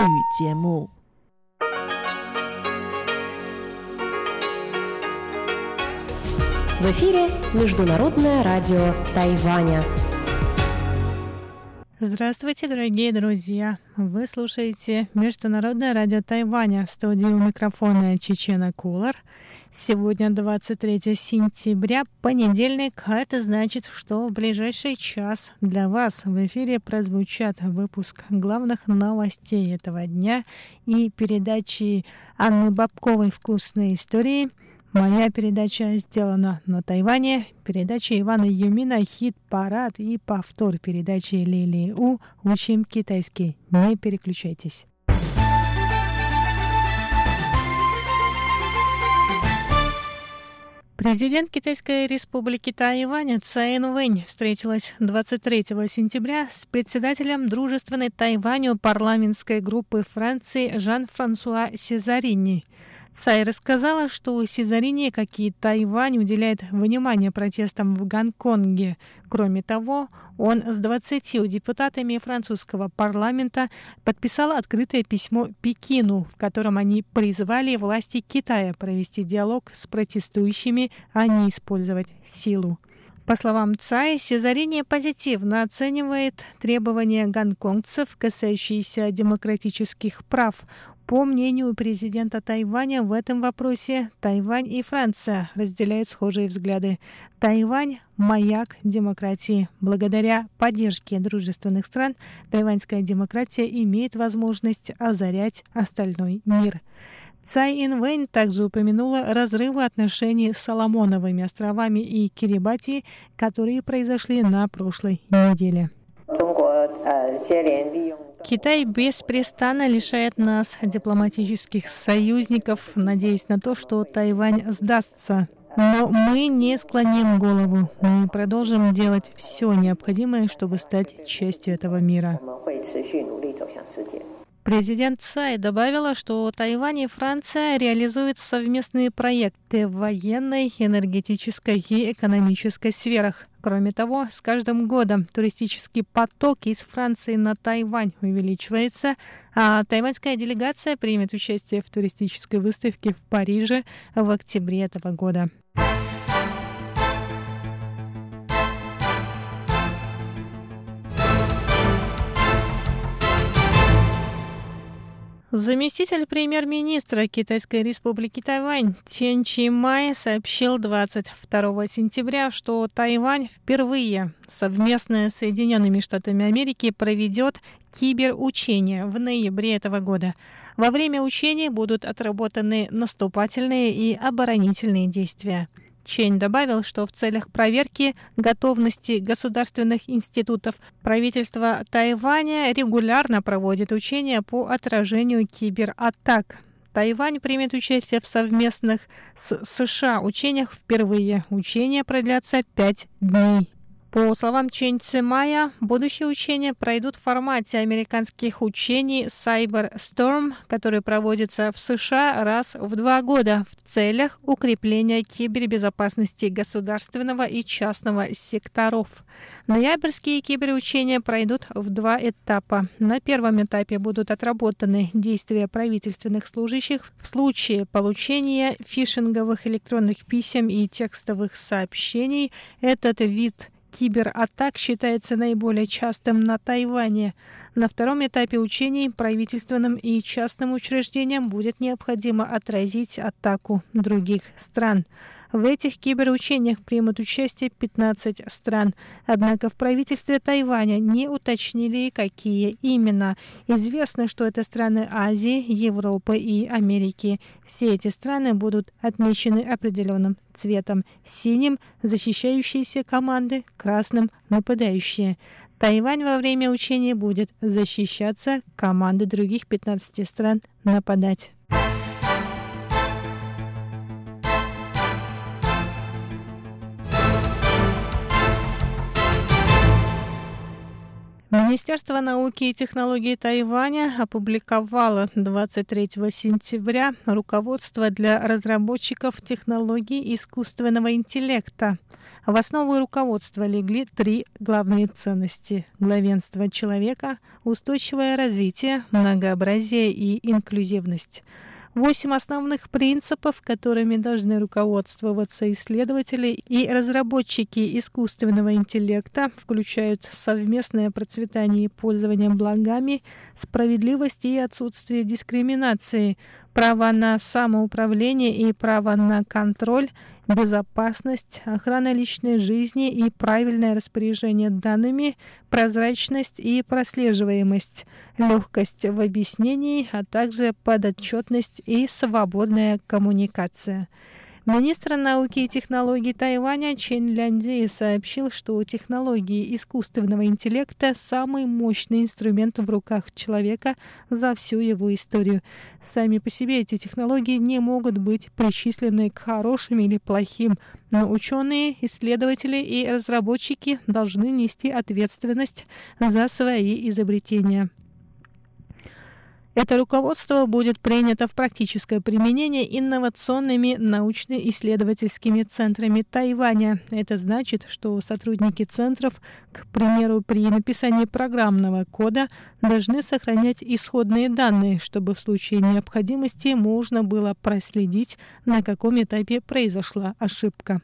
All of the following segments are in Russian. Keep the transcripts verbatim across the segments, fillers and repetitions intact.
节目。В эфире Международное радио Тайваня. Здравствуйте, дорогие друзья! Вы слушаете Международное радио Тайваня. В студии у микрофона Чечена Кулар. Сегодня двадцать третьего сентября, понедельник, а это значит, что в ближайший час для вас в эфире прозвучат выпуск главных новостей этого дня и передачи Анны Бабковой «Вкусные истории». Моя передача сделана на Тайване. Передача Ивана Юмина «Хит-парад» и повтор передачи Лилии У «Учим китайский». Не переключайтесь. Президент Китайской республики Тайвань Цай Инвэнь встретилась двадцать третьего сентября с председателем дружественной Тайваню парламентской группы Франции Жан-Франсуа Сезарини. Цай рассказала, что Сезарини, как и Тайвань, уделяет внимание протестам в Гонконге. Кроме того, он с двадцатью депутатами французского парламента подписал открытое письмо Пекину, в котором они призвали власти Китая провести диалог с протестующими, а не использовать силу. По словам Цай, Сезарини позитивно оценивает требования гонконгцев, касающиеся демократических прав. По мнению президента Тайваня, в этом вопросе Тайвань и Франция разделяют схожие взгляды. Тайвань – маяк демократии. Благодаря поддержке дружественных стран тайваньская демократия имеет возможность озарять остальной мир. Цай Инвэнь также упомянула разрывы отношений с Соломоновыми островами и Кирибати, которые произошли на прошлой неделе. Китай беспрестанно лишает нас дипломатических союзников, надеясь на то, что Тайвань сдастся. Но мы не склоним голову. Мы продолжим делать все необходимое, чтобы стать частью этого мира. Президент Цай добавила, что Тайвань и Франция реализуют совместные проекты в военной, энергетической и экономической сферах. Кроме того, с каждым годом туристический поток из Франции на Тайвань увеличивается, а тайваньская делегация примет участие в туристической выставке в Париже в октябре этого года. Заместитель премьер-министра Китайской республики Тайвань Чен Чи-май сообщил двадцать второго сентября, что Тайвань впервые совместно с Соединенными Штатами Америки проведет киберучения в ноябре этого года. Во время учений будут отработаны наступательные и оборонительные действия. Чен добавил, что в целях проверки готовности государственных институтов правительство Тайваня регулярно проводит учения по отражению кибератак. Тайвань примет участие в совместных с США учениях впервые. Учения продлятся пять дней. По словам Чен Чи-мая, будущие учения пройдут в формате американских учений Cyber Storm, которые проводятся в США раз в два года в целях укрепления кибербезопасности государственного и частного секторов. Ноябрьские киберучения пройдут в два этапа. На первом этапе будут отработаны действия правительственных служащих в случае получения фишинговых электронных писем и текстовых сообщений. Этот вид кибератак считается наиболее частым на Тайване. На втором этапе учений правительственным и частным учреждениям будет необходимо отразить атаку других стран. В этих киберучениях примут участие пятнадцать стран. Однако в правительстве Тайваня не уточнили, какие именно. Известно, что это страны Азии, Европы и Америки. Все эти страны будут отмечены определенным цветом. Синим – защищающиеся команды, красным – нападающие. Тайвань во время учения будет защищаться, команды других пятнадцати стран нападать. Министерство науки и технологий Тайваня опубликовало двадцать третьего сентября руководство для разработчиков технологий искусственного интеллекта. В основу руководства легли три главные ценности: главенство человека, устойчивое развитие, многообразие и инклюзивность. Восемь основных принципов, которыми должны руководствоваться исследователи и разработчики искусственного интеллекта, включают совместное процветание и пользование благами, справедливость и отсутствие дискриминации, право на самоуправление и право на контроль, безопасность, охрана личной жизни и правильное распоряжение данными, прозрачность и прослеживаемость, легкость в объяснении, а также подотчетность и свободная коммуникация. Министр науки и технологий Тайваня Чен Лянди сообщил, что технологии искусственного интеллекта – самый мощный инструмент в руках человека за всю его историю. Сами по себе эти технологии не могут быть причислены к хорошим или плохим, но ученые, исследователи и разработчики должны нести ответственность за свои изобретения. Это руководство будет принято в практическое применение инновационными научно-исследовательскими центрами Тайваня. Это значит, что сотрудники центров, к примеру, при написании программного кода, должны сохранять исходные данные, чтобы в случае необходимости можно было проследить, на каком этапе произошла ошибка.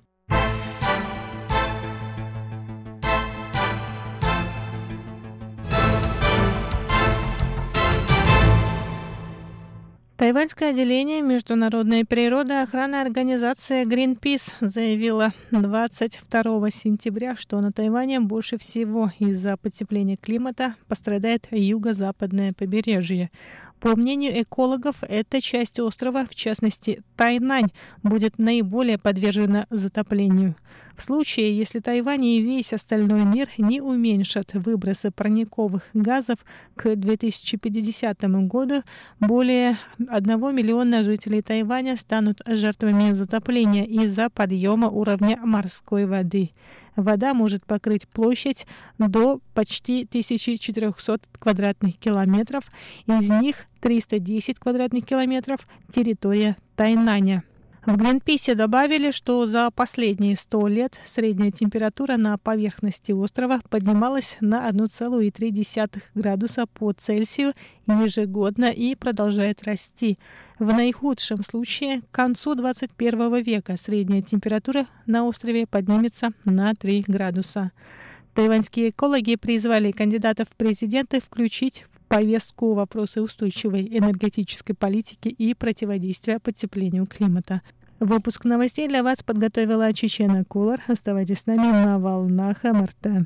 Тайваньское отделение международной природоохранной организации Greenpeace заявило двадцать второго сентября, что на Тайване больше всего из-за потепления климата пострадает юго-западное побережье. По мнению экологов, эта часть острова, в частности Тайнань, будет наиболее подвержена затоплению. В случае, если Тайвань и весь остальной мир не уменьшат выбросы парниковых газов к две тысячи пятидесятому году, более одного миллиона жителей Тайваня станут жертвами затопления из-за подъема уровня морской воды. Вода может покрыть площадь до почти тысячи четырехсот квадратных километров, из них триста десять квадратных километров – территория Тайнаня. В Гринписе добавили, что за последние сто лет средняя температура на поверхности острова поднималась на один целых три десятых градуса по Цельсию ежегодно и продолжает расти. В наихудшем случае к концу двадцать первого века средняя температура на острове поднимется на три градуса. Тайваньские экологи призвали кандидатов в президенты включить в повестку вопросы устойчивой энергетической политики и противодействия потеплению климата. Выпуск новостей для вас подготовила Чечена Кулар. Оставайтесь с нами на волнах эм эр тэ.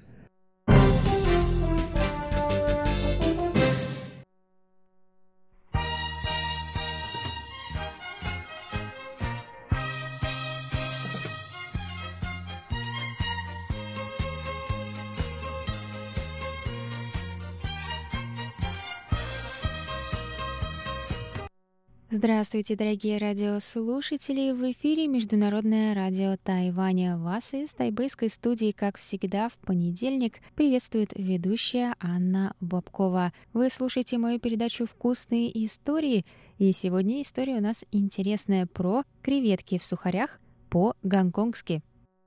Здравствуйте, дорогие радиослушатели! В эфире Международное радио Тайваня. Вас из тайбэйской студии, как всегда, в понедельник приветствует ведущая Анна Бабкова. Вы слушаете мою передачу «Вкусные истории», и сегодня история у нас интересная про креветки в сухарях по-гонконгски.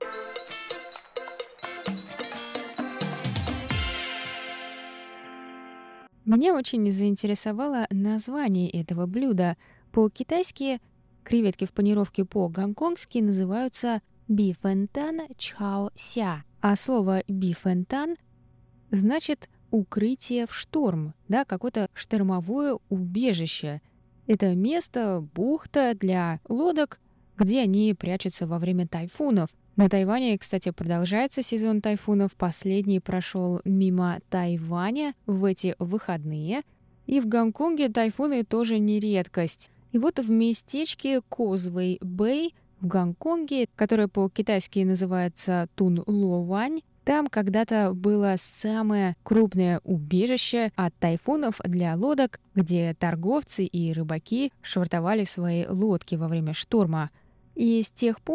Меня очень заинтересовало название этого блюда. По-китайски креветки в панировке по-гонконгски называются бифэнтан чхао ся, а слово бифэнтан значит укрытие в шторм, да, какое-то штормовое убежище. Это место, бухта для лодок, где они прячутся во время тайфунов. На Тайване, кстати, продолжается сезон тайфунов. Последний прошел мимо Тайваня в эти выходные. И в Гонконге тайфуны тоже не редкость. И вот в местечке Causeway Bay в Гонконге, которое по-китайски называется Тун-Ло-Вань, там когда-то было самое крупное убежище от тайфунов для лодок, где торговцы и рыбаки швартовали свои лодки во время шторма. И с тех пор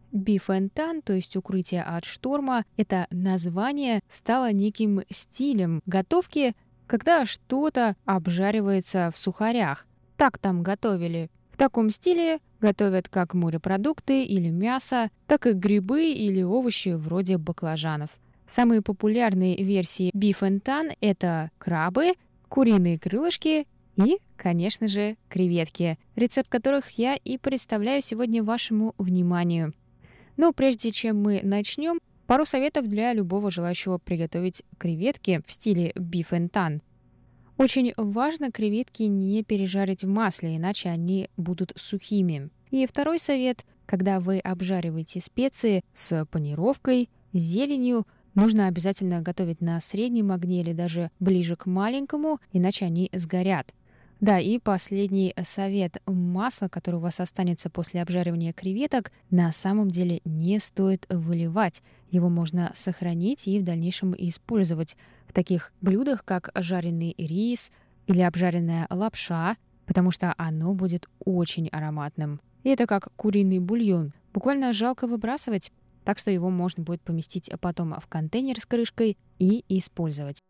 Beef and Tan, то есть укрытие от шторма, это название стало неким стилем готовки, когда что-то обжаривается в сухарях. Так там готовили. В таком стиле готовят как морепродукты или мясо, так и грибы или овощи вроде баклажанов. Самые популярные версии Beef and Tan – это крабы, куриные крылышки и, конечно же, креветки, рецепт которых я и представляю сегодня вашему вниманию. Но прежде чем мы начнем, пару советов для любого желающего приготовить креветки в стиле Beef and Tan. Очень важно креветки не пережарить в масле, иначе они будут сухими. И второй совет – когда вы обжариваете специи с панировкой, с зеленью, нужно обязательно готовить на среднем огне или даже ближе к маленькому, иначе они сгорят. Да, и последний совет. Масло, которое у вас останется после обжаривания креветок, на самом деле не стоит выливать. Его можно сохранить и в дальнейшем использовать в таких блюдах, как жареный рис или обжаренная лапша, потому что оно будет очень ароматным. И это как куриный бульон. Буквально жалко выбрасывать, так что его можно будет поместить потом в контейнер с крышкой и использовать.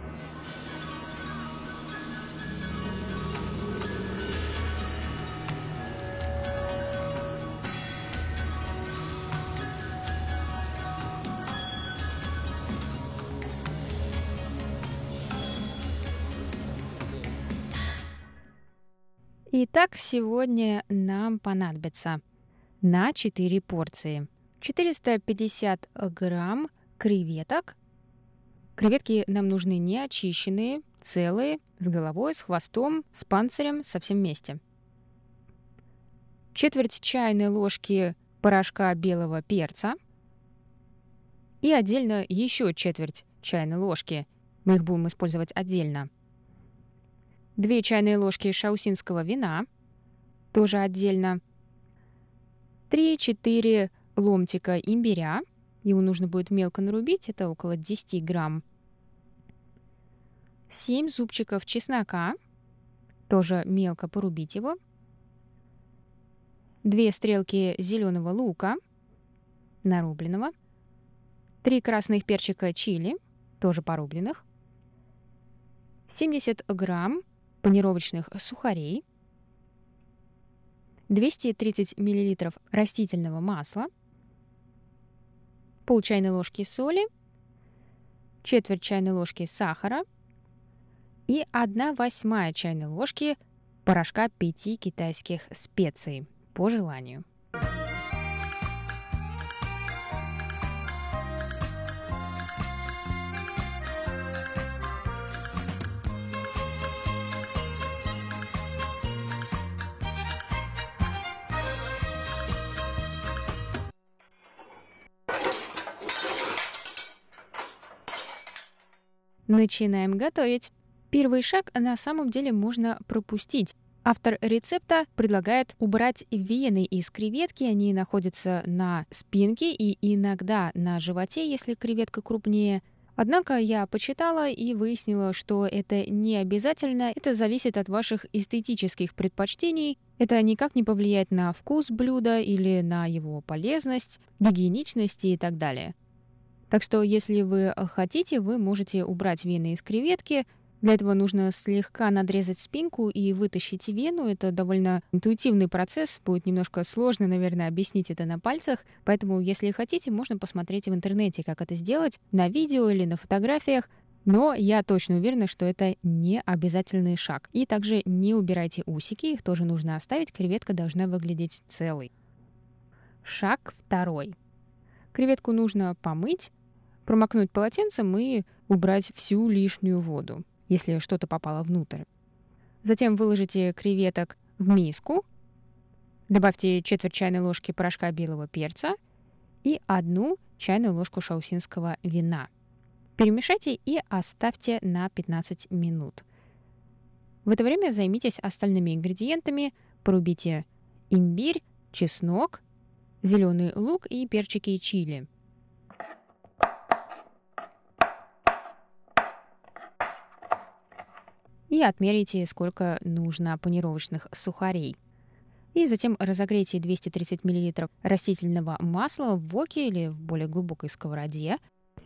Итак, сегодня нам понадобится на четыре порции четыреста пятьдесят грамм креветок. Креветки нам нужны не очищенные, целые, с головой, с хвостом, с панцирем, со всем вместе. Четверть чайной ложки порошка белого перца и отдельно еще четверть чайной ложки. Мы их будем использовать отдельно. Две чайные ложки шаосинского вина, тоже отдельно. три-четыре ломтика имбиря, его нужно будет мелко нарубить, это около десять грамм. семь зубчиков чеснока, тоже мелко порубить его. две стрелки зеленого лука, нарубленного. три красных перчика чили, тоже порубленных. семьдесят грамм панировочных сухарей, двести тридцать миллилитров растительного масла, пол чайной ложки соли, четверть чайной ложки сахара и одна восьмая чайной ложки порошка пяти китайских специй по желанию. Начинаем готовить. Первый шаг на самом деле можно пропустить. Автор рецепта предлагает убрать вены из креветки. Они находятся на спинке и иногда на животе, если креветка крупнее. Однако я почитала и выяснила, что это не обязательно. Это зависит от ваших эстетических предпочтений. Это никак не повлияет на вкус блюда или на его полезность, гигиеничность и так далее. Так что, если вы хотите, вы можете убрать вены из креветки. Для этого нужно слегка надрезать спинку и вытащить вену. Это довольно интуитивный процесс. Будет немножко сложно, наверное, объяснить это на пальцах. Поэтому, если хотите, можно посмотреть в интернете, как это сделать, на видео или на фотографиях. Но я точно уверена, что это не обязательный шаг. И также не убирайте усики, их тоже нужно оставить. Креветка должна выглядеть целой. Шаг второй. Креветку нужно помыть, промокнуть полотенцем и убрать всю лишнюю воду, если что-то попало внутрь. Затем выложите креветок в миску, добавьте четверть чайной ложки порошка белого перца и одну чайную ложку шаосинского вина. Перемешайте и оставьте на пятнадцать минут. В это время займитесь остальными ингредиентами. Порубите имбирь, чеснок, зеленый лук и перчики чили. И отмерите, сколько нужно панировочных сухарей. И затем разогрейте двести тридцать миллилитров растительного масла в воке или в более глубокой сковороде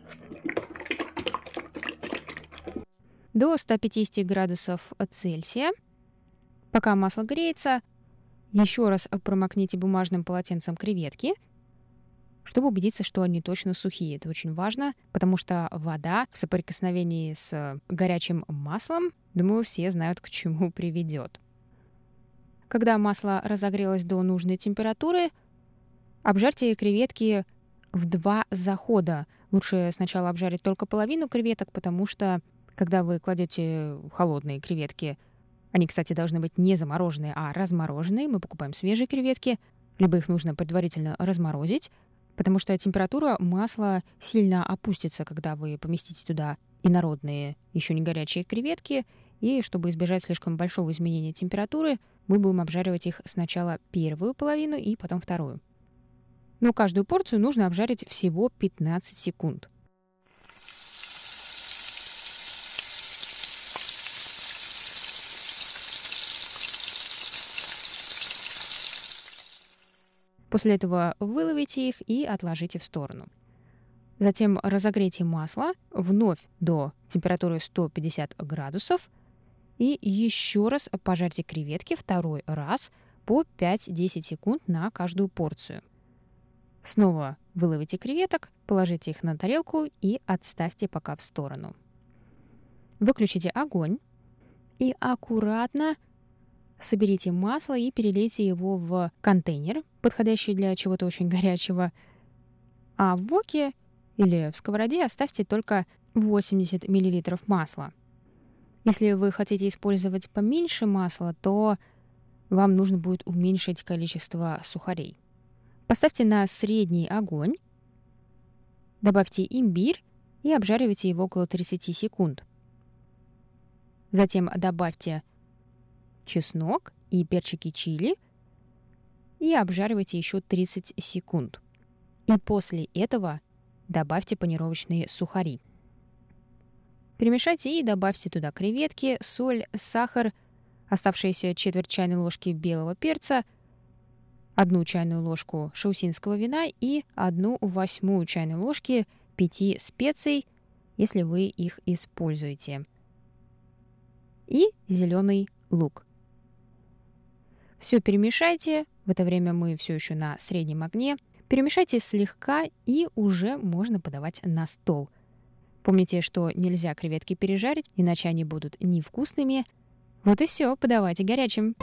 до ста пятидесяти градусов Цельсия. Пока масло греется, еще раз промокните бумажным полотенцем креветки, чтобы убедиться, что они точно сухие. Это очень важно, потому что вода в соприкосновении с горячим маслом, думаю, все знают, к чему приведет. Когда масло разогрелось до нужной температуры, обжарьте креветки в два захода. Лучше сначала обжарить только половину креветок, потому что, когда вы кладете холодные креветки, они, кстати, должны быть не замороженные, а размороженные, мы покупаем свежие креветки, либо их нужно предварительно разморозить, потому что температура масла сильно опустится, когда вы поместите туда инородные, еще не горячие креветки, и чтобы избежать слишком большого изменения температуры, мы будем обжаривать их сначала первую половину и потом вторую. Но каждую порцию нужно обжарить всего пятнадцать секунд. После этого выловите их и отложите в сторону. Затем разогрейте масло вновь до температуры сто пятьдесят градусов и еще раз пожарьте креветки второй раз по пять-десять секунд на каждую порцию. Снова выловите креветок, положите их на тарелку и отставьте пока в сторону. Выключите огонь и аккуратно соберите масло и перелейте его в контейнер, подходящий для чего-то очень горячего. А в воке или в сковороде оставьте только восемьдесят миллилитров масла. Если вы хотите использовать поменьше масла, то вам нужно будет уменьшить количество сухарей. Поставьте на средний огонь, добавьте имбирь и обжаривайте его около тридцать секунд. Затем добавьте чеснок и перчики чили и обжаривайте еще тридцать секунд. И после этого добавьте панировочные сухари. Перемешайте и добавьте туда креветки, соль, сахар, оставшиеся четверть чайной ложки белого перца, одну чайную ложку шаусинского вина и одну восьмую чайной ложки пяти специй, если вы их используете. И зеленый лук. Все перемешайте. В это время мы все еще на среднем огне. Перемешайте слегка, и уже можно подавать на стол. Помните, что нельзя креветки пережарить, иначе они будут невкусными. Вот и все, подавайте горячим.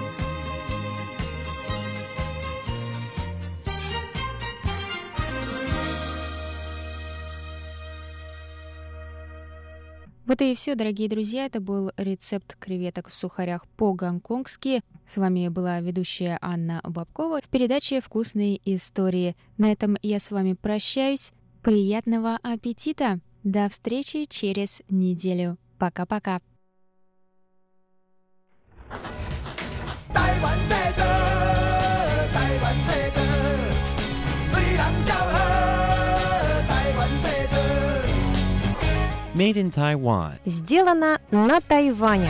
Вот и все, дорогие друзья. Это был рецепт креветок в сухарях по-гонконгски. С вами была ведущая Анна Бабкова в передаче «Вкусные истории». На этом я с вами прощаюсь. Приятного аппетита! До встречи через неделю. Пока-пока. Made in Taiwan. Сделано на Тайване.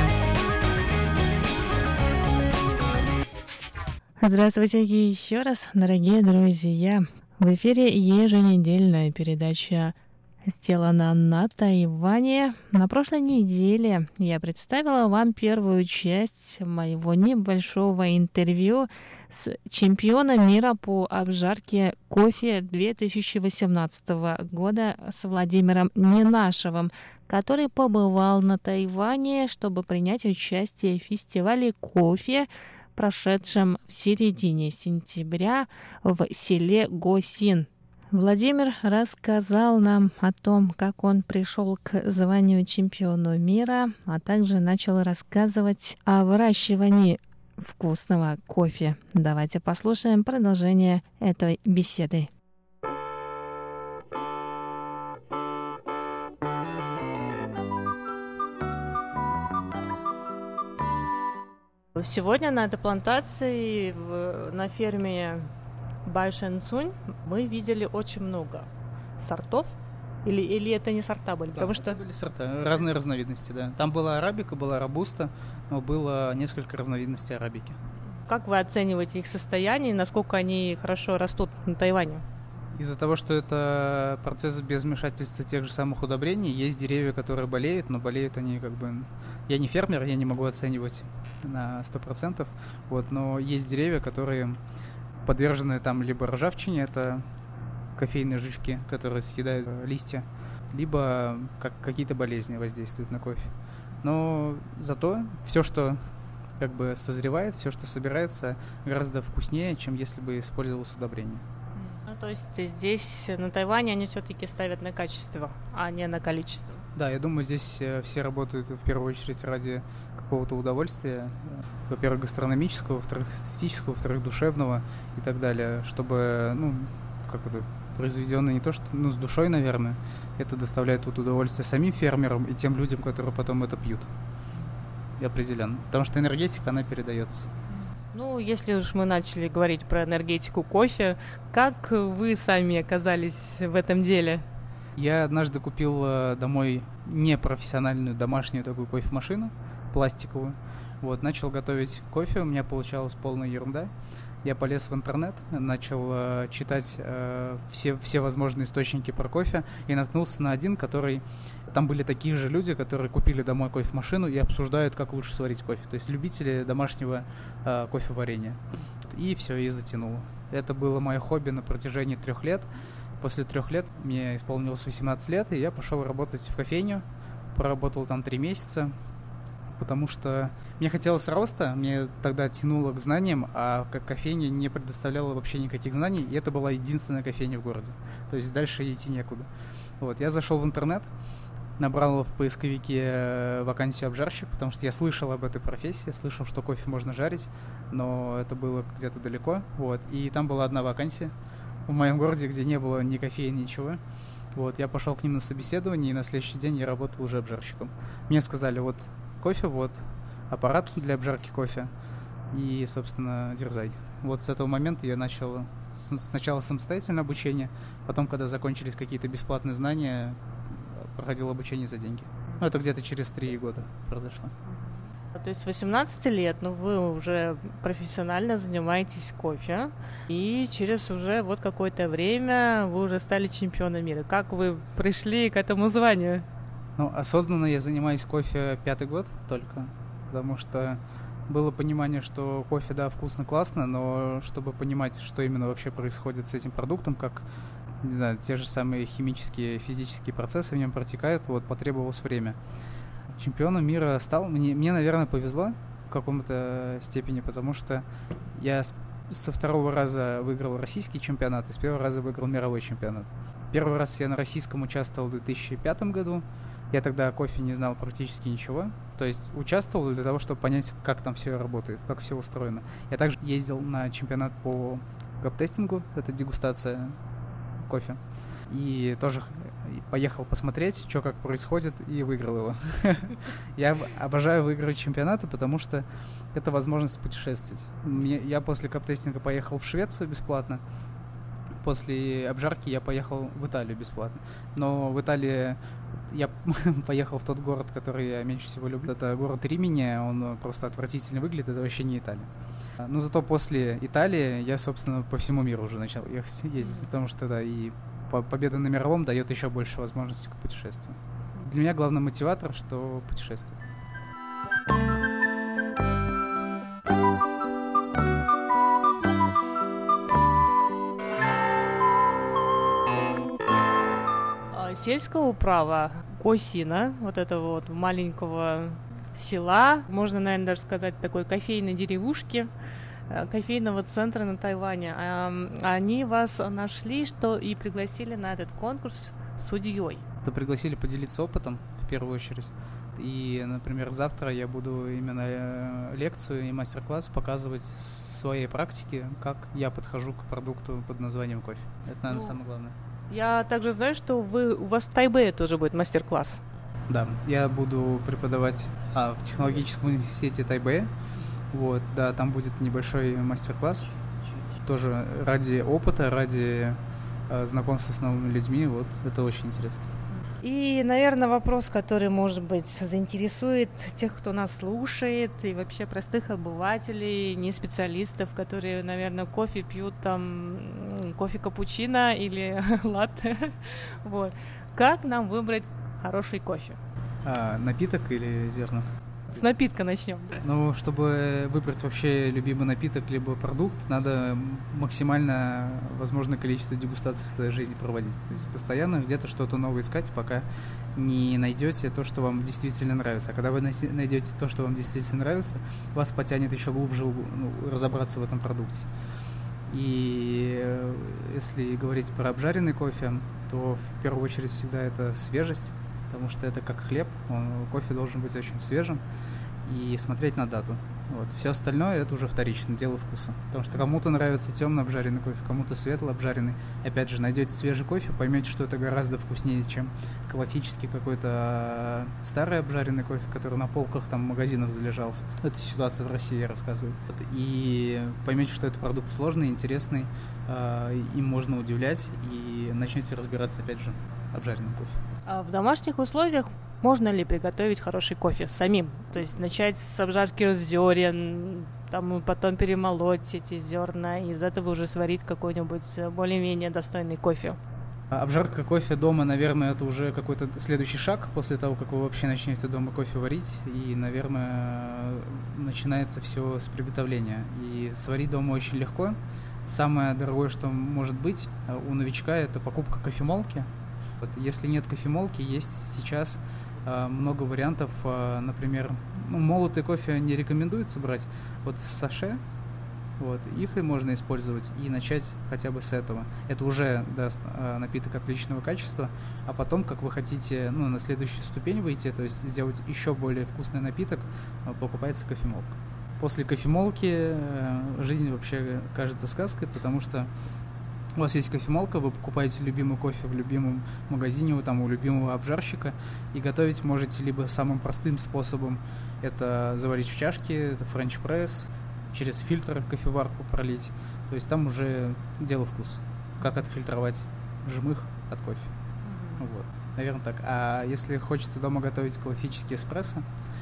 Здравствуйте еще раз, дорогие друзья. В эфире еженедельная передача «Сделано на Тайване». На прошлой неделе я представила вам первую часть моего небольшого интервью с чемпионом мира по обжарке кофе две тысячи восемнадцатого года с Владимиром Ненашевым, который побывал на Тайване, чтобы принять участие в фестивале кофе, прошедшем в середине сентября в селе Госин. Владимир рассказал нам о том, как он пришел к званию чемпиона мира, а также начал рассказывать о выращивании вкусного кофе. Давайте послушаем продолжение этой беседы. Сегодня на этой плантации в, на ферме Байшэнцунь мы видели очень много сортов. Или, или это не сорта были? Да, потому это что... были сорта, разные разновидности, да. Там была арабика, была робуста, но было несколько разновидностей арабики. Как вы оцениваете их состояние, насколько они хорошо растут на Тайване? Из-за того, что это процесс без вмешательства тех же самых удобрений, есть деревья, которые болеют, но болеют они как бы... Я не фермер, я не могу оценивать на сто процентов, вот, но есть деревья, которые подвержены там либо ржавчине, это кофейные жучки, которые съедают листья, либо как какие-то болезни воздействуют на кофе. Но зато все, что как бы созревает, все, что собирается, гораздо вкуснее, чем если бы использовалось удобрение. Ну, то есть здесь, на Тайване, они все-таки ставят на качество, а не на количество. Да, я думаю, здесь все работают в первую очередь ради какого-то удовольствия. Во-первых, гастрономического, во-вторых, эстетического, во-вторых, душевного и так далее, чтобы, ну, как это, произведенное не то, что, ну, с душой, наверное, это доставляет вот удовольствие самим фермерам и тем людям, которые потом это пьют. И определенно. Потому что энергетика, она передается. Ну, если уж мы начали говорить про энергетику кофе, как вы сами оказались в этом деле? Я однажды купил домой непрофессиональную домашнюю такую кофемашину, пластиковую. Вот, начал готовить кофе, у меня получалась полная ерунда. Я полез в интернет, начал э, читать э, все, все возможные источники про кофе и наткнулся на один, который... Там были такие же люди, которые купили домой кофемашину и обсуждают, как лучше сварить кофе. То есть любители домашнего э, кофеварения. И все, и затянуло. Это было мое хобби на протяжении трех лет. После трех лет мне исполнилось восемнадцать лет, и я пошел работать в кофейню. Поработал там три месяца. Потому что мне хотелось роста, мне тогда тянуло к знаниям, а как кофейня не предоставляла вообще никаких знаний, и это была единственная кофейня в городе. То есть дальше идти некуда. Вот, я зашел в интернет, набрал в поисковике вакансию обжарщик, потому что я слышал об этой профессии, слышал, что кофе можно жарить, но это было где-то далеко. Вот, и там была одна вакансия в моем городе, где не было ни кофеин, ничего. Вот, я пошел к ним на собеседование, и на следующий день я работал уже обжарщиком. Мне сказали, вот, кофе, вот, аппарат для обжарки кофе и, собственно, дерзай. Вот с этого момента я начал сначала самостоятельное обучение, потом, когда закончились какие-то бесплатные знания, проходил обучение за деньги. Ну, это где-то через три года произошло. То есть с восемнадцати лет, ну, вы уже профессионально занимаетесь кофе, и через уже вот какое-то время вы уже стали чемпионом мира. Как вы пришли к этому званию? Ну, осознанно я занимаюсь кофе пятый год только, потому что было понимание, что кофе, да, вкусно, классно, но чтобы понимать, что именно вообще происходит с этим продуктом, как, не знаю, те же самые химические, физические процессы в нем протекают, вот, потребовалось время. Чемпионом мира стал, мне, мне, наверное, повезло в каком-то степени, потому что я с, со второго раза выиграл российский чемпионат и с первого раза выиграл мировой чемпионат. Первый раз я на российском участвовал в две тысячи пятом году. Я тогда о кофе не знал практически ничего. То есть участвовал для того, чтобы понять, как там все работает, как все устроено. Я также ездил на чемпионат по гаптестингу, это дегустация кофе. И тоже поехал посмотреть, что как происходит, и выиграл его. Я обожаю выигрывать чемпионаты, потому что это возможность путешествовать. Я после гаптестинга поехал в Швецию бесплатно. После обжарки я поехал в Италию бесплатно. Но в Италии я поехал в тот город, который я меньше всего люблю. Это город Римини, он просто отвратительно выглядит, это вообще не Италия. Но зато после Италии я, собственно, по всему миру уже начал ездить, потому что да, и победа на мировом дает еще больше возможностей к путешествию. Для меня главный мотиватор, что путешествие. Сельская управа Косина, вот этого вот маленького села, можно, наверное, даже сказать, такой кофейной деревушки, кофейного центра на Тайване. Они вас нашли, что и пригласили на этот конкурс судьей. Это пригласили поделиться опытом, в первую очередь. И, например, завтра я буду именно лекцию и мастер-класс показывать своей практики, как я подхожу к продукту под названием кофе. Это, наверное, ну, самое главное. Я также знаю, что вы, у вас в Тайбэе тоже будет мастер-класс. Да, я буду преподавать а, в технологическом университете Тайбэе. Вот, да, там будет небольшой мастер-класс. Тоже ради опыта, ради а, знакомства с новыми людьми. Вот, это очень интересно. И, наверное, вопрос, который, может быть, заинтересует тех, кто нас слушает, и вообще простых обывателей, не специалистов, которые, наверное, кофе пьют там, кофе капучино или латте. Вот. Как нам выбрать хороший кофе? А, напиток или зерна? С напитка начнем. Ну, чтобы выбрать вообще любимый напиток либо продукт, надо максимально возможное количество дегустаций в своей жизни проводить. То есть постоянно где-то что-то новое искать, пока не найдете то, что вам действительно нравится. А когда вы найдете то, что вам действительно нравится, вас потянет еще глубже ну, разобраться в этом продукте. И если говорить про обжаренный кофе, то в первую очередь всегда это свежесть, потому что это как хлеб, он, кофе должен быть очень свежим, и смотреть на дату. Вот. Все остальное это уже вторично, дело вкуса. Потому что кому-то нравится темно обжаренный кофе, кому-то светло обжаренный. Опять же, найдете свежий кофе, поймете, что это гораздо вкуснее, чем классический какой-то старый обжаренный кофе, который на полках там магазинов залежался. Это ситуация в России, я рассказываю. Вот. И поймете, что это продукт сложный, интересный, э, им можно удивлять, и начнете разбираться, опять же, обжаренным кофе. А в домашних условиях можно ли приготовить хороший кофе самим? То есть начать с обжарки зерен, там, потом перемолоть эти зерна, и из этого уже сварить какой-нибудь более-менее достойный кофе. Обжарка кофе дома, наверное, это уже какой-то следующий шаг после того, как вы вообще начнете дома кофе варить. И, наверное, начинается все с приготовления. И сварить дома очень легко. Самое дорогое, что может быть у новичка, это покупка кофемолки. Вот, если нет кофемолки, есть сейчас э, много вариантов. Э, например, ну, молотый кофе не рекомендуется брать. Вот саше, вот, их и можно использовать и начать хотя бы с этого. Это уже даст э, напиток отличного качества. А потом, как вы хотите ну, на следующую ступень выйти, то есть сделать еще более вкусный напиток, э, покупается кофемолка. После кофемолки э, жизнь вообще кажется сказкой, потому что у вас есть кофемолка, вы покупаете любимый кофе в любимом магазине, там, у любимого обжарщика, и готовить можете либо самым простым способом, это заварить в чашке, это френч-пресс, через фильтр кофеварку пролить. То есть там уже дело вкуса, как отфильтровать жмых от кофе. Вот. Наверное, так. А если хочется дома готовить классический эспрессо,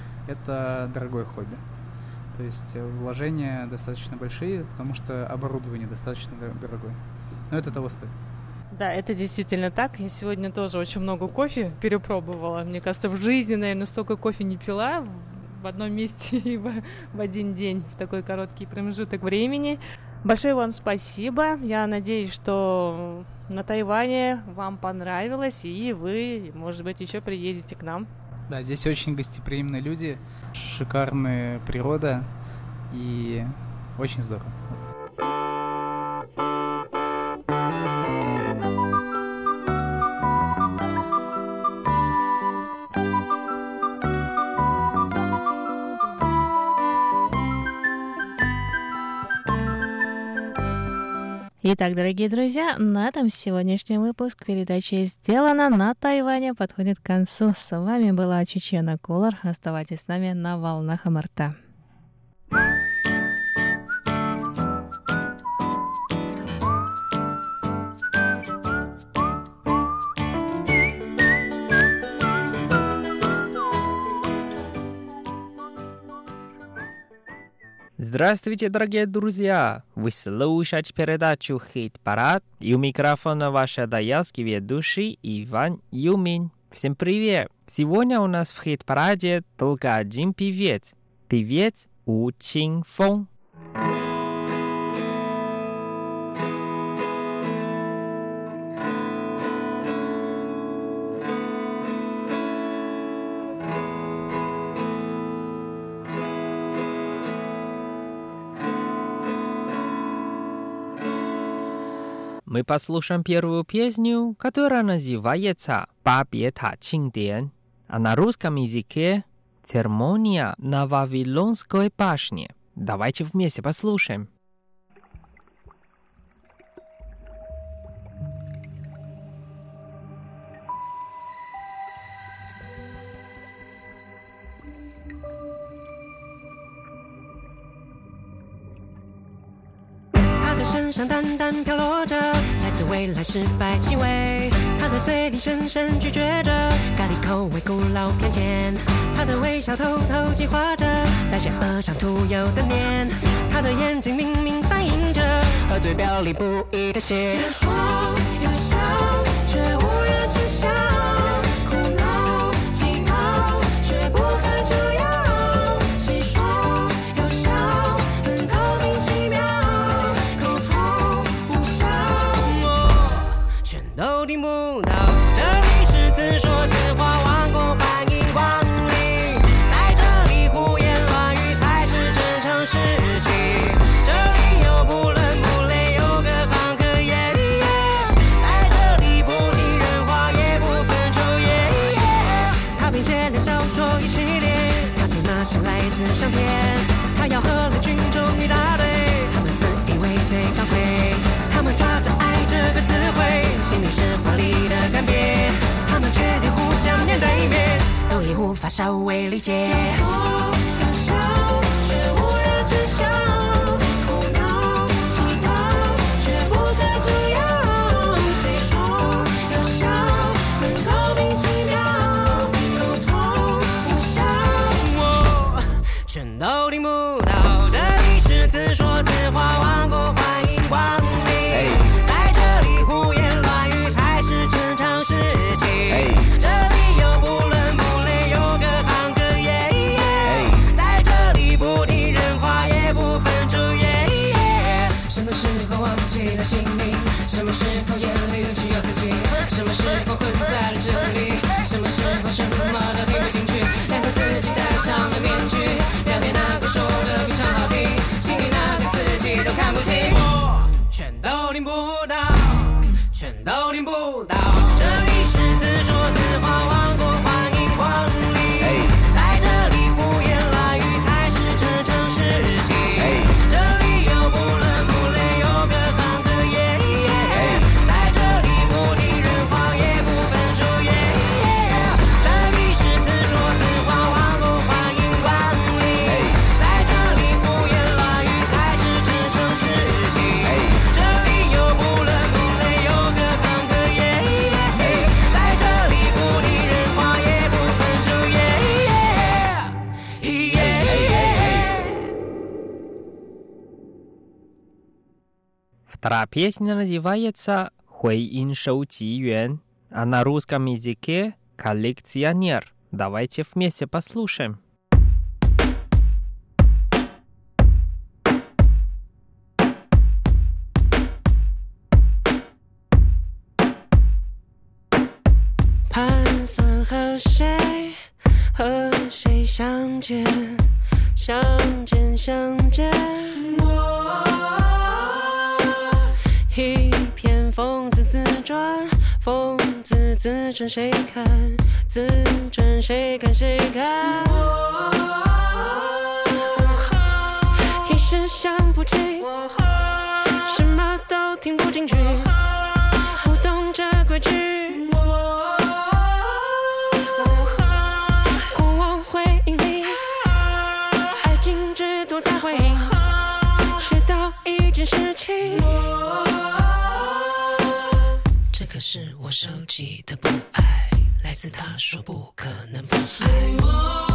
это дорогое хобби. То есть вложения достаточно большие, потому что оборудование достаточно дорогое. Но это того стоит. Да, это действительно так. Я сегодня тоже очень много кофе перепробовала. Мне кажется, в жизни, наверное, столько кофе не пила в одном месте и в, в один день, в такой короткий промежуток времени. Большое вам спасибо. Я надеюсь, что на Тайване вам понравилось, и вы, может быть, еще приедете к нам. Да, здесь очень гостеприимные люди, шикарная природа и очень здорово. Итак, дорогие друзья, на этом сегодняшний выпуск передачи «Сделано на Тайване» подходит к концу. С вами была Чечена Кулар. Оставайтесь с нами на волнах МРТ. Здравствуйте, дорогие друзья! Вы слушаете передачу «Хит-парад», и у микрофона ваш даялский ведущий Иван Юмин. Всем привет! Сегодня у нас в «Хит-параде» только один певец. Певец У Чин-фон. Мы послушаем первую песню, которая называется «Победа Чинден», а на русском языке «Церемония на Вавилонской башне». Давайте вместе послушаем. 身上淡淡飘落着来自未来失败气味， 他的嘴里深深咀嚼着咖喱口味古老偏见，他的微笑偷偷计划着在邪恶上涂油的脸，他的眼睛明明反映着和嘴表里不一的血。有说有笑，却无人知晓，苦恼乞讨，却不可救药。谁说有效能够明其妙，口头无效，全都听不到。这里是自说自话，万国欢迎光临，在这里胡言乱语才是正常事情。这里有不伦不类，有各行各业，在这里不听人话，也不分昼夜。他编写的小说一系列，他说那是来自上天，他要和了群众一大堆，他们自以为最高贵，他们抓着爱这个词汇，心里是华丽的干瘪，他们却连互相面对面都已无法稍微理解。有说有笑，却无人知晓，苦恼乞讨，却不可救药。谁说有效能够明其妙，沟通无效，全都听不到。这里是自说自话，万国欢迎光临，在这里胡言乱语才是正常事情。这里有不伦不类，有各行各业，在这里不听人话，也不分昼夜。什么时候忘记了姓名？什么时候眼里只有自己？什么时候困在了这里？什么时候什么都听不进去？两个自己戴上了面具，表面那个说的非常好听，心里那个自己都看不清。我全都听不到，全都听不到。这里是自说自话，万国欢迎光临，在这里胡言乱语才是正常事情。这里有不伦不类，有各行各业，在这里不听人话，也不分昼夜。这里是自说自话，万国欢迎光临，在这里胡言乱语才是正常事情。这里有不伦不类，有各行各业，在这里不听人话，也不分昼夜。 Вторая песня называется «Хуэйин Шоу Тиюэн», а на русском языке «Коллекционер». Давайте вместе послушаем. 盘算和谁和谁相见，相见相见，一篇讽刺自传，讽刺自传谁看，自传谁看谁看，一时想不起，什么都听不进去，不懂这规矩，过往回忆里，爱情只躲在回应，学到一件事情，这可是我收集的不爱，来自他说不可能不爱。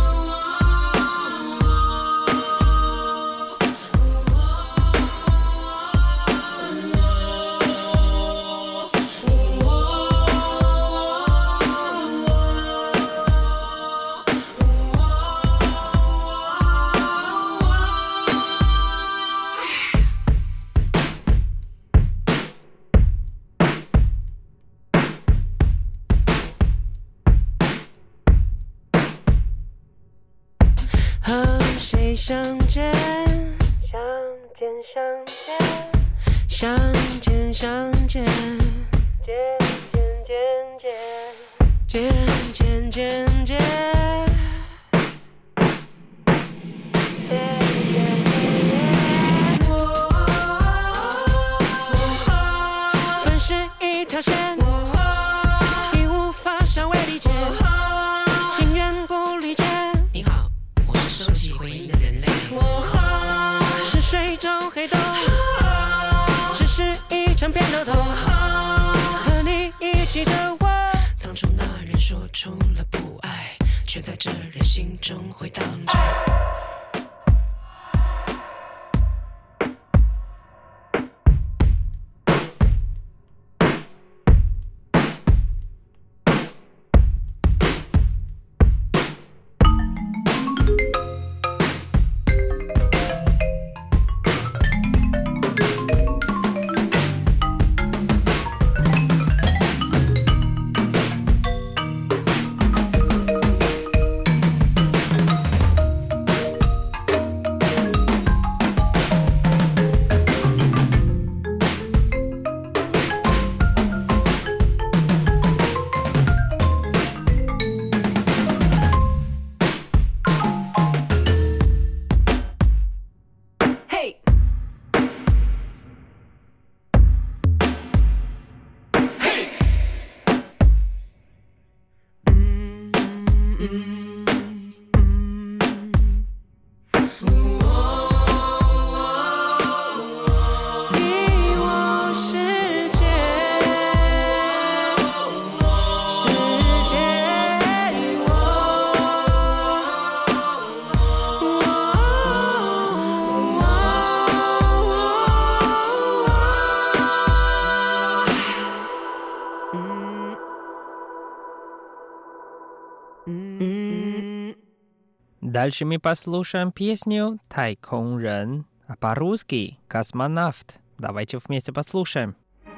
和谁相见，相见相见，相见相见，见见见见，见见见见，本是一条线，已无法稍微理解，情愿不理解。你好，我是收集回忆的人类，是水中黑洞，只是一场偏头痛，和你中回荡着。 Дальше мы послушаем песню «Тайкон-рен», а по-русски «Космонавт». Давайте вместе послушаем.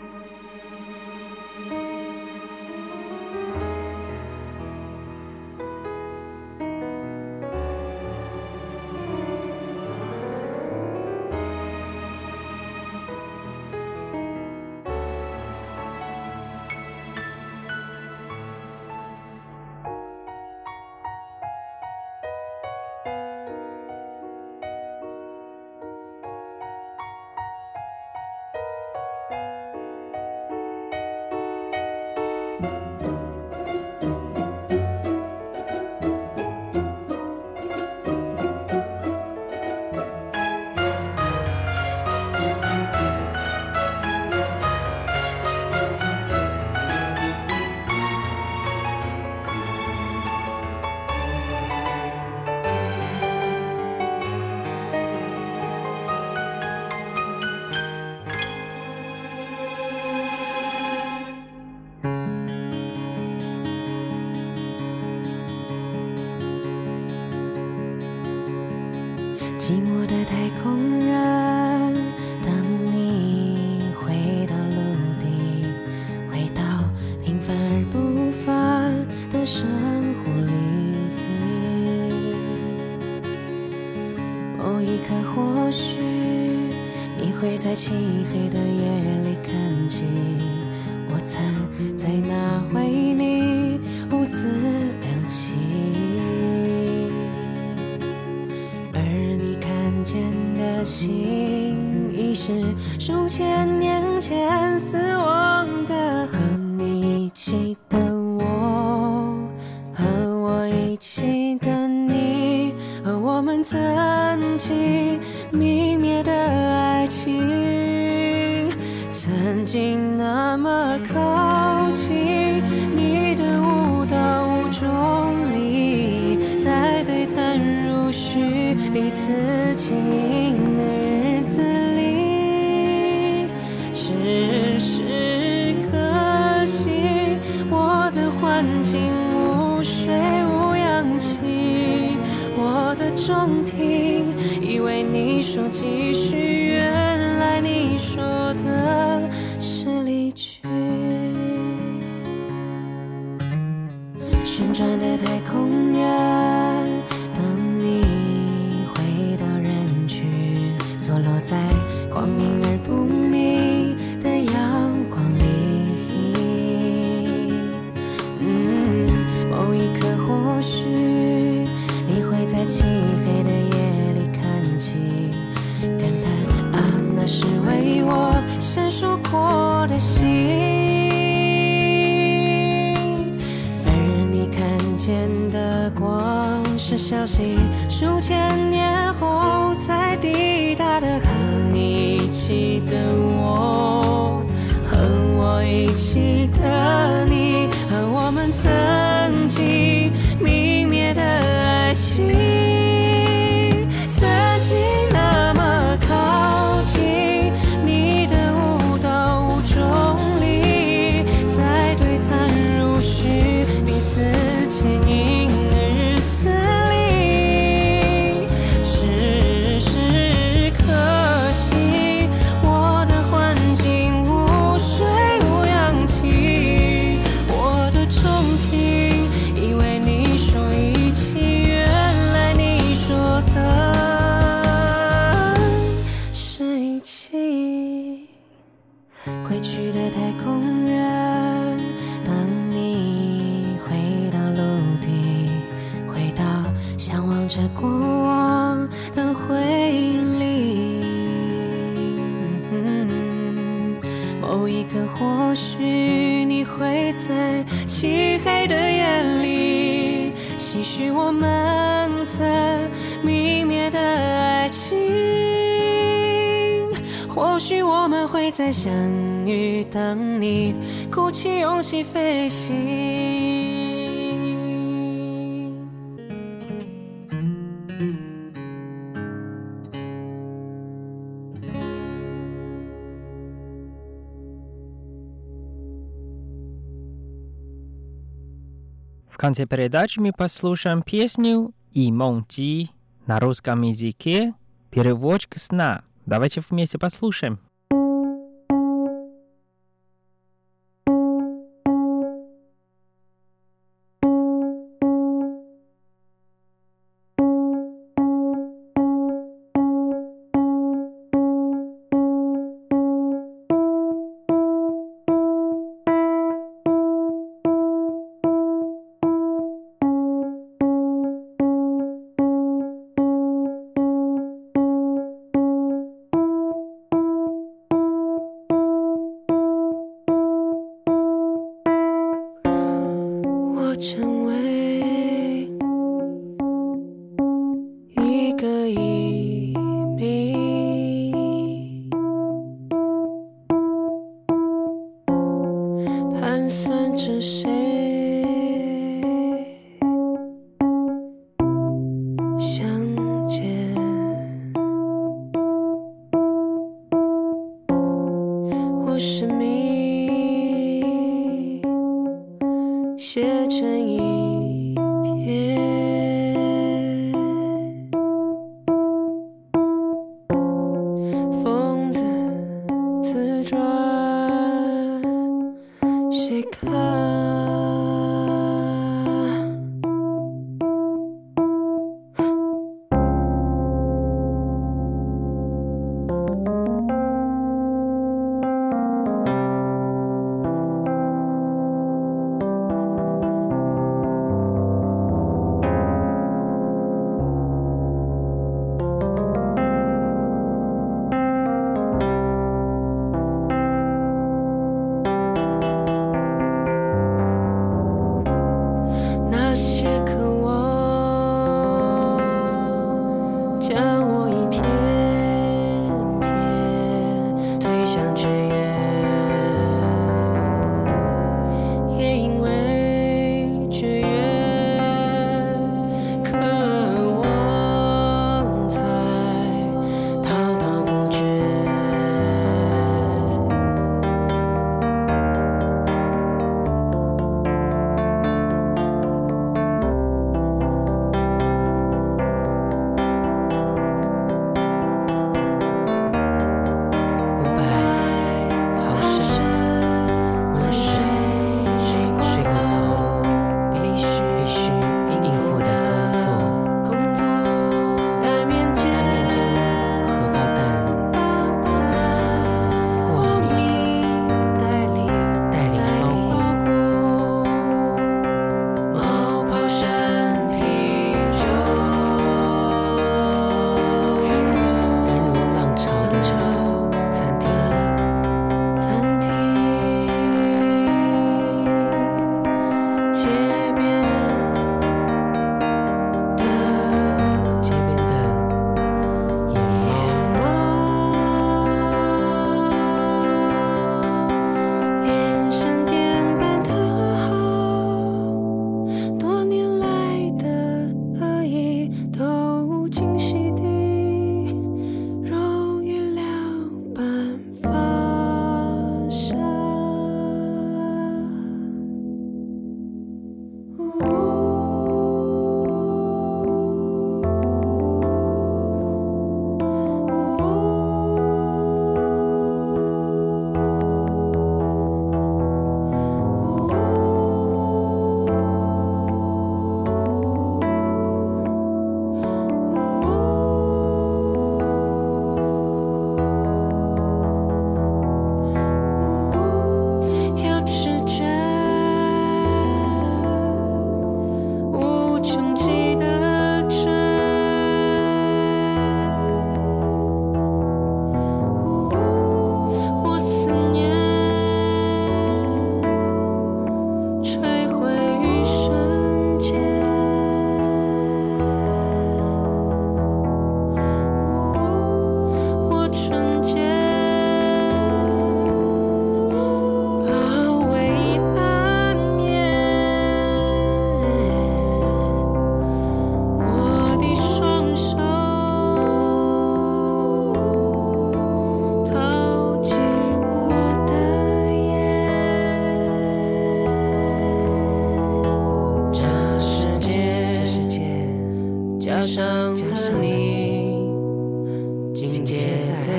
寂寞的太空人，当你回到陆地，回到平凡而不凡的生活里，某一刻或许你会在漆黑的夜里看见我曾在那为你兀自亮起，而你看见的心已是数千年前死亡的，和你一起的我，和我一起的你，和我们曾经泯灭的爱情，曾经那么靠近，你的舞蹈无中立，在对谈如许彼此经营的日子里，只是可惜我的环境无水无氧气，我的中庭以为你说继续，原来你说的是离去。旋转的太空人，当你回到人群，坐落在光明而不明的阳光里，嗯，某一刻或许你会在漆黑的夜里看起，感叹啊，那是为我闪烁过的心，而你看见的光是消息，数千年后才抵达的，和你一起的我，和我一起的你，和我们曾经泯灭的爱情， 太空人，等你回到陆地，回到向往着过往的回忆里。某一刻或许你会在漆黑的夜里唏嘘我们曾泯灭的爱情，或许我们会在相遇，等你鼓起勇气飞行。 В конце передачи мы послушаем песню «Имонти» на русском языке «Переводчик сна». Давайте вместе послушаем. 成为一个遗谜，盘算着谁相见，我生命写成一篇，疯子自传，谁看？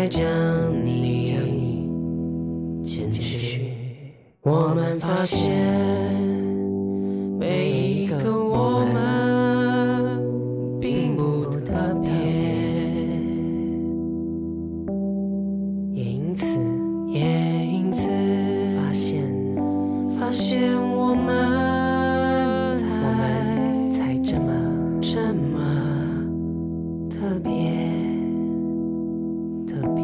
将你牵去。我们发现每一个我们并不特别，也因此也因此发现发现我们我们才这么这么特别特别。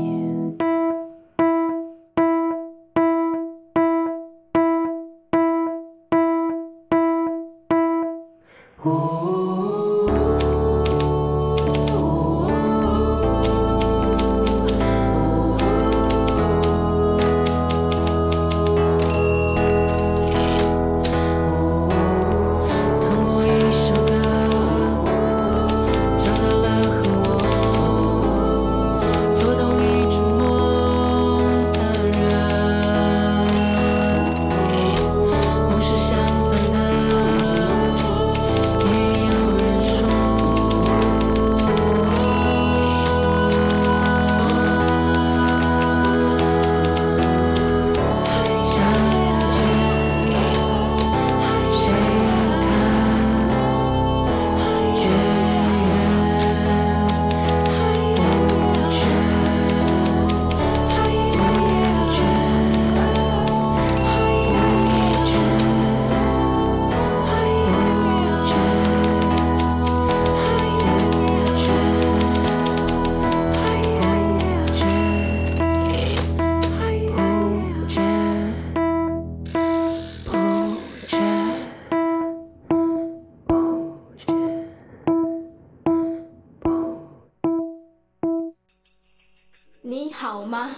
你好吗？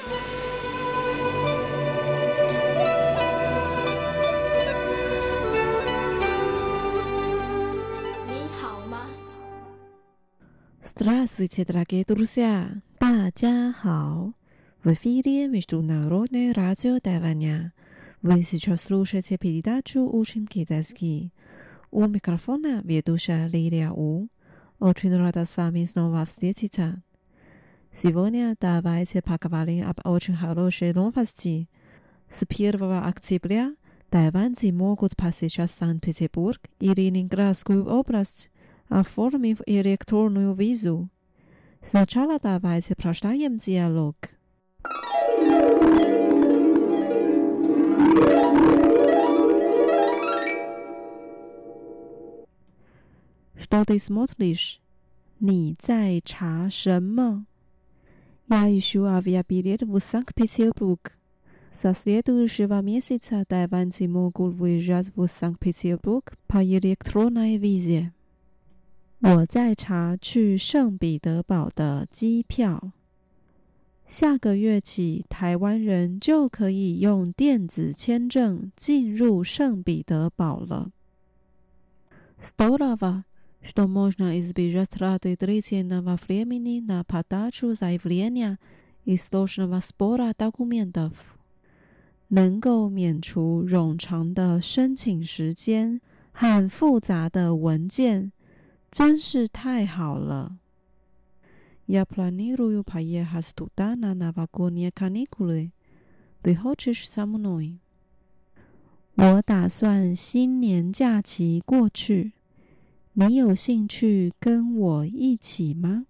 你好吗 Здравствуйте, дорогие друзья! 大家好! В эфире Международное радио Тайваня. Вы сейчас слушаете передачу «Учим китайский». У микрофона ведущая Лилия У. Очень рада с вами снова встретиться. Сегодня давайте поговорим об очень хорошей новости. С первого октября тайваньцы могут посещать Санкт-Петербург и Ленинградскую область, оформив электронную визу. Сначала давайте прочитаем диалог. Что ты смотришь? 你在查什么？Я ищу авиабилет в Санкт-Петербург. Со следующего месяца тайваньцы могут выезжать в Санкт-Петербург по электронной визе. 我在查去圣彼得堡的机票。下个月起，台湾人就可以用电子签证进入圣彼得堡了。Здорово, что можно избежать траты длительного времени на подачу заявления и сложного сбора документов. 能够免除冗长的申请时间和复杂的文件，真是太好了。Я планирую поехать туда на новогодние каникулы. Ты хочешь со мной? 我打算新年假期过去。你有兴趣跟我一起吗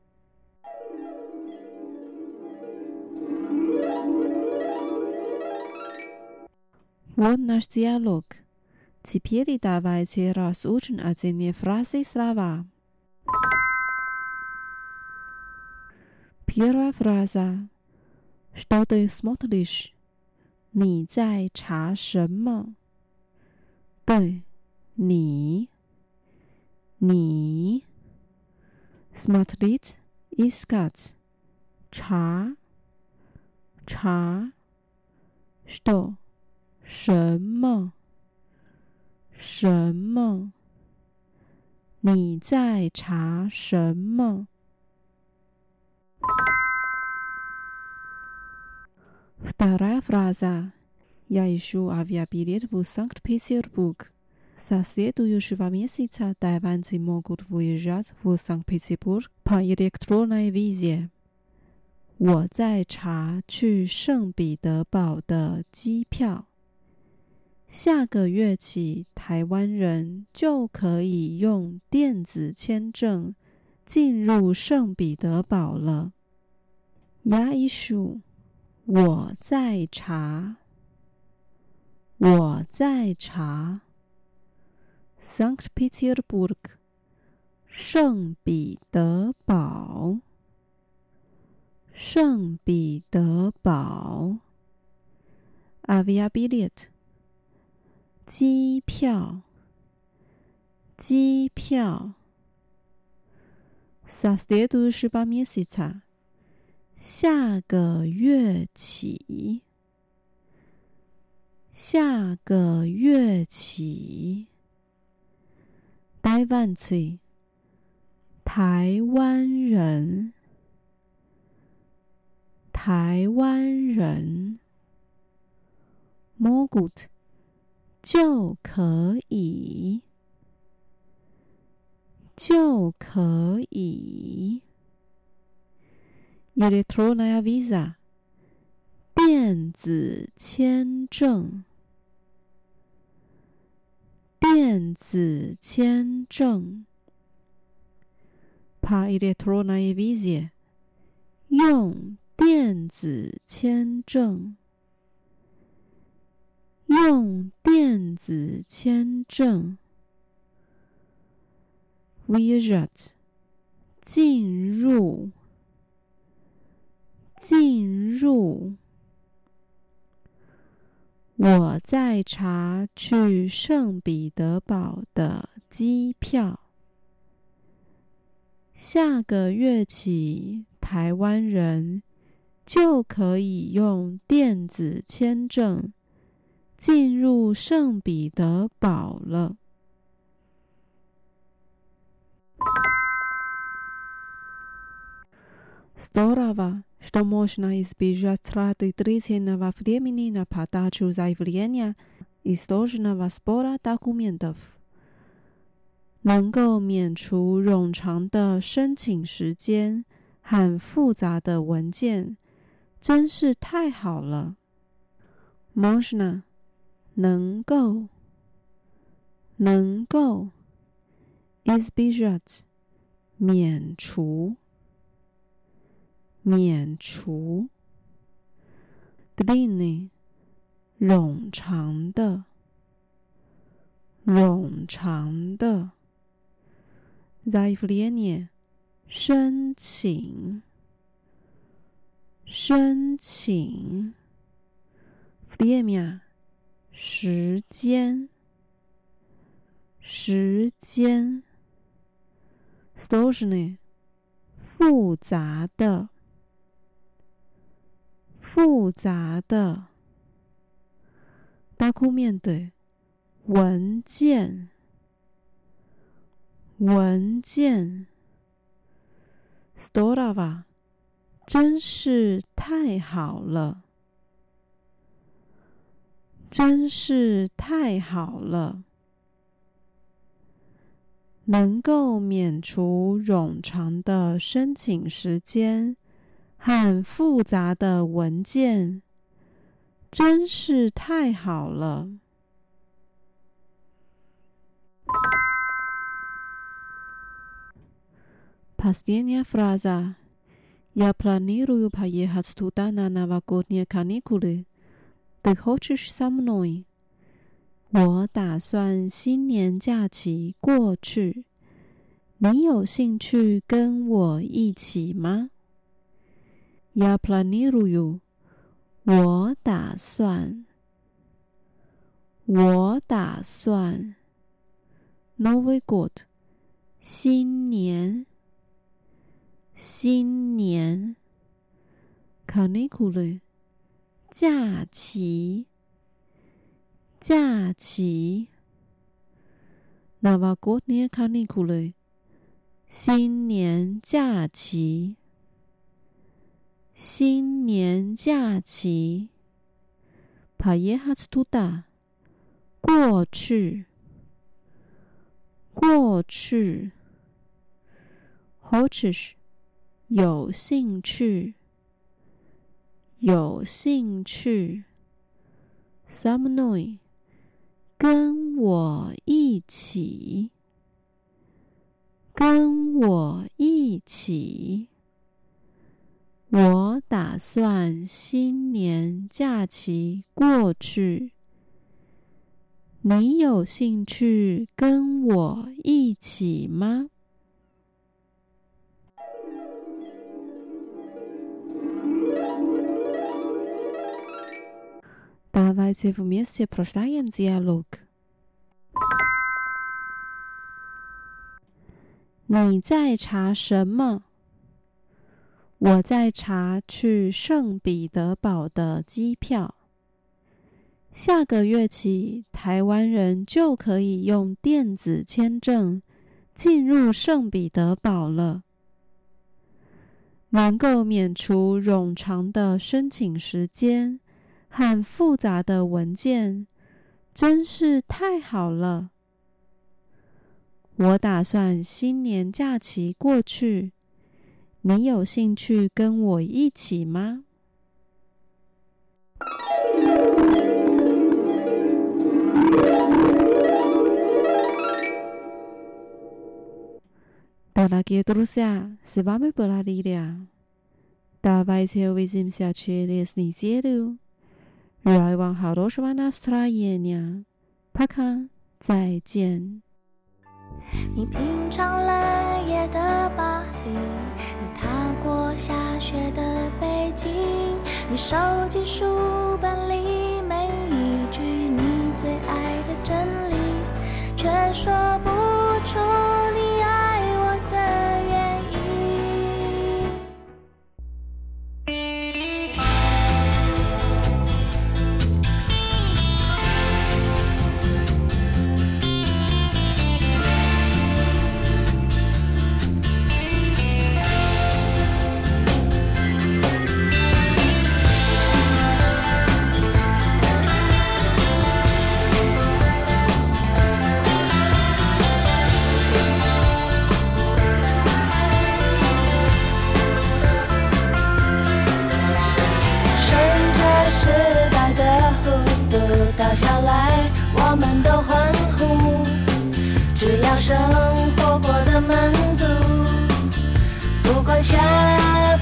？Вот наш диалог. Теперь давайте разучим отдельные фразы и слова. Первая фраза. Что ты смотришь? 你在查什么？对，你。你 смотреть, искать, 查查 что 什么什么你在查什么 Вторая фраза. Я ищу авиабилет в Санкт-Петербург. Со следующего месяца тайваньцы могут выезжать в Санкт-Петербург по электронной визе. 我在查去圣彼得堡的机票。下个月起，台湾人就可以用电子签证进入圣彼得堡了。Я ищу，我在查，我在查。Санкт-Петербург，圣彼得堡，圣彼得堡。Авиабилет，机票，机票。Со следующего месяца，下个月起，下个月起。Тайваньцы，台湾人，台湾人。Могут，就可以，就可以。Электронная виза，电子签证，电子签证。По электронной визе，用电子签证，用电子签证。Въезжать，进入，进入。我在查去圣彼得堡的机票。下个月起，台湾人就可以用电子签证进入圣彼得堡了。Здорово, что можно избежать траты длительного времени на подачу заявления и сложного сбора документов. 能够免除冗长的申请时间和复杂的文件，真是太好了。Можно， 能够，能够。Избежать， 免除，免除。Длинный， 冗长的，冗长的。Заявление， 申请，申请。Время， 时间，时间。Сложный， 复杂的，复杂的。Документы， 文件，文件。Здорово， 真是太好了，真是太好了。能够免除冗长的申请时间和复杂的文件，真是太好了。Последняя фраза. Я планирую поехать туда на новогодние каникулы. Ты хочешь со мной? 我打算新年假期过去，你有兴趣跟我一起吗？ Я планирую， 我打算，我打算。Новый год， 新年，新年。Каникулы， 假期，假期。Новогодние каникулы， 新年假期，新年假期。Поехать туда， 过去，过去。Хочешь， 有兴趣， 有兴趣 со мной 跟我一起跟我一起我打算新年假期过去你有兴趣跟我一起吗Давайте вместе прочитаем диалог. 你在查什么？我在查去圣彼得堡的机票。下个月起，台湾人就可以用电子签证进入圣彼得堡了。能够免除冗长的申请时间和复杂的文件，真是太好了。我打算新年假期过去，你有兴趣跟我一起吗？Дорогие друзья, с вами была Лилия. Давайте увидимся через неделю. Желаю вам хорошего настроения. Пока. 再见。 你品尝了夜的巴黎，你踏过下雪的北京，你收集书本里每一句你最爱的真理，却说不出你爱我的原因。倒下来，我们都欢呼，只要生活过得满足，不管下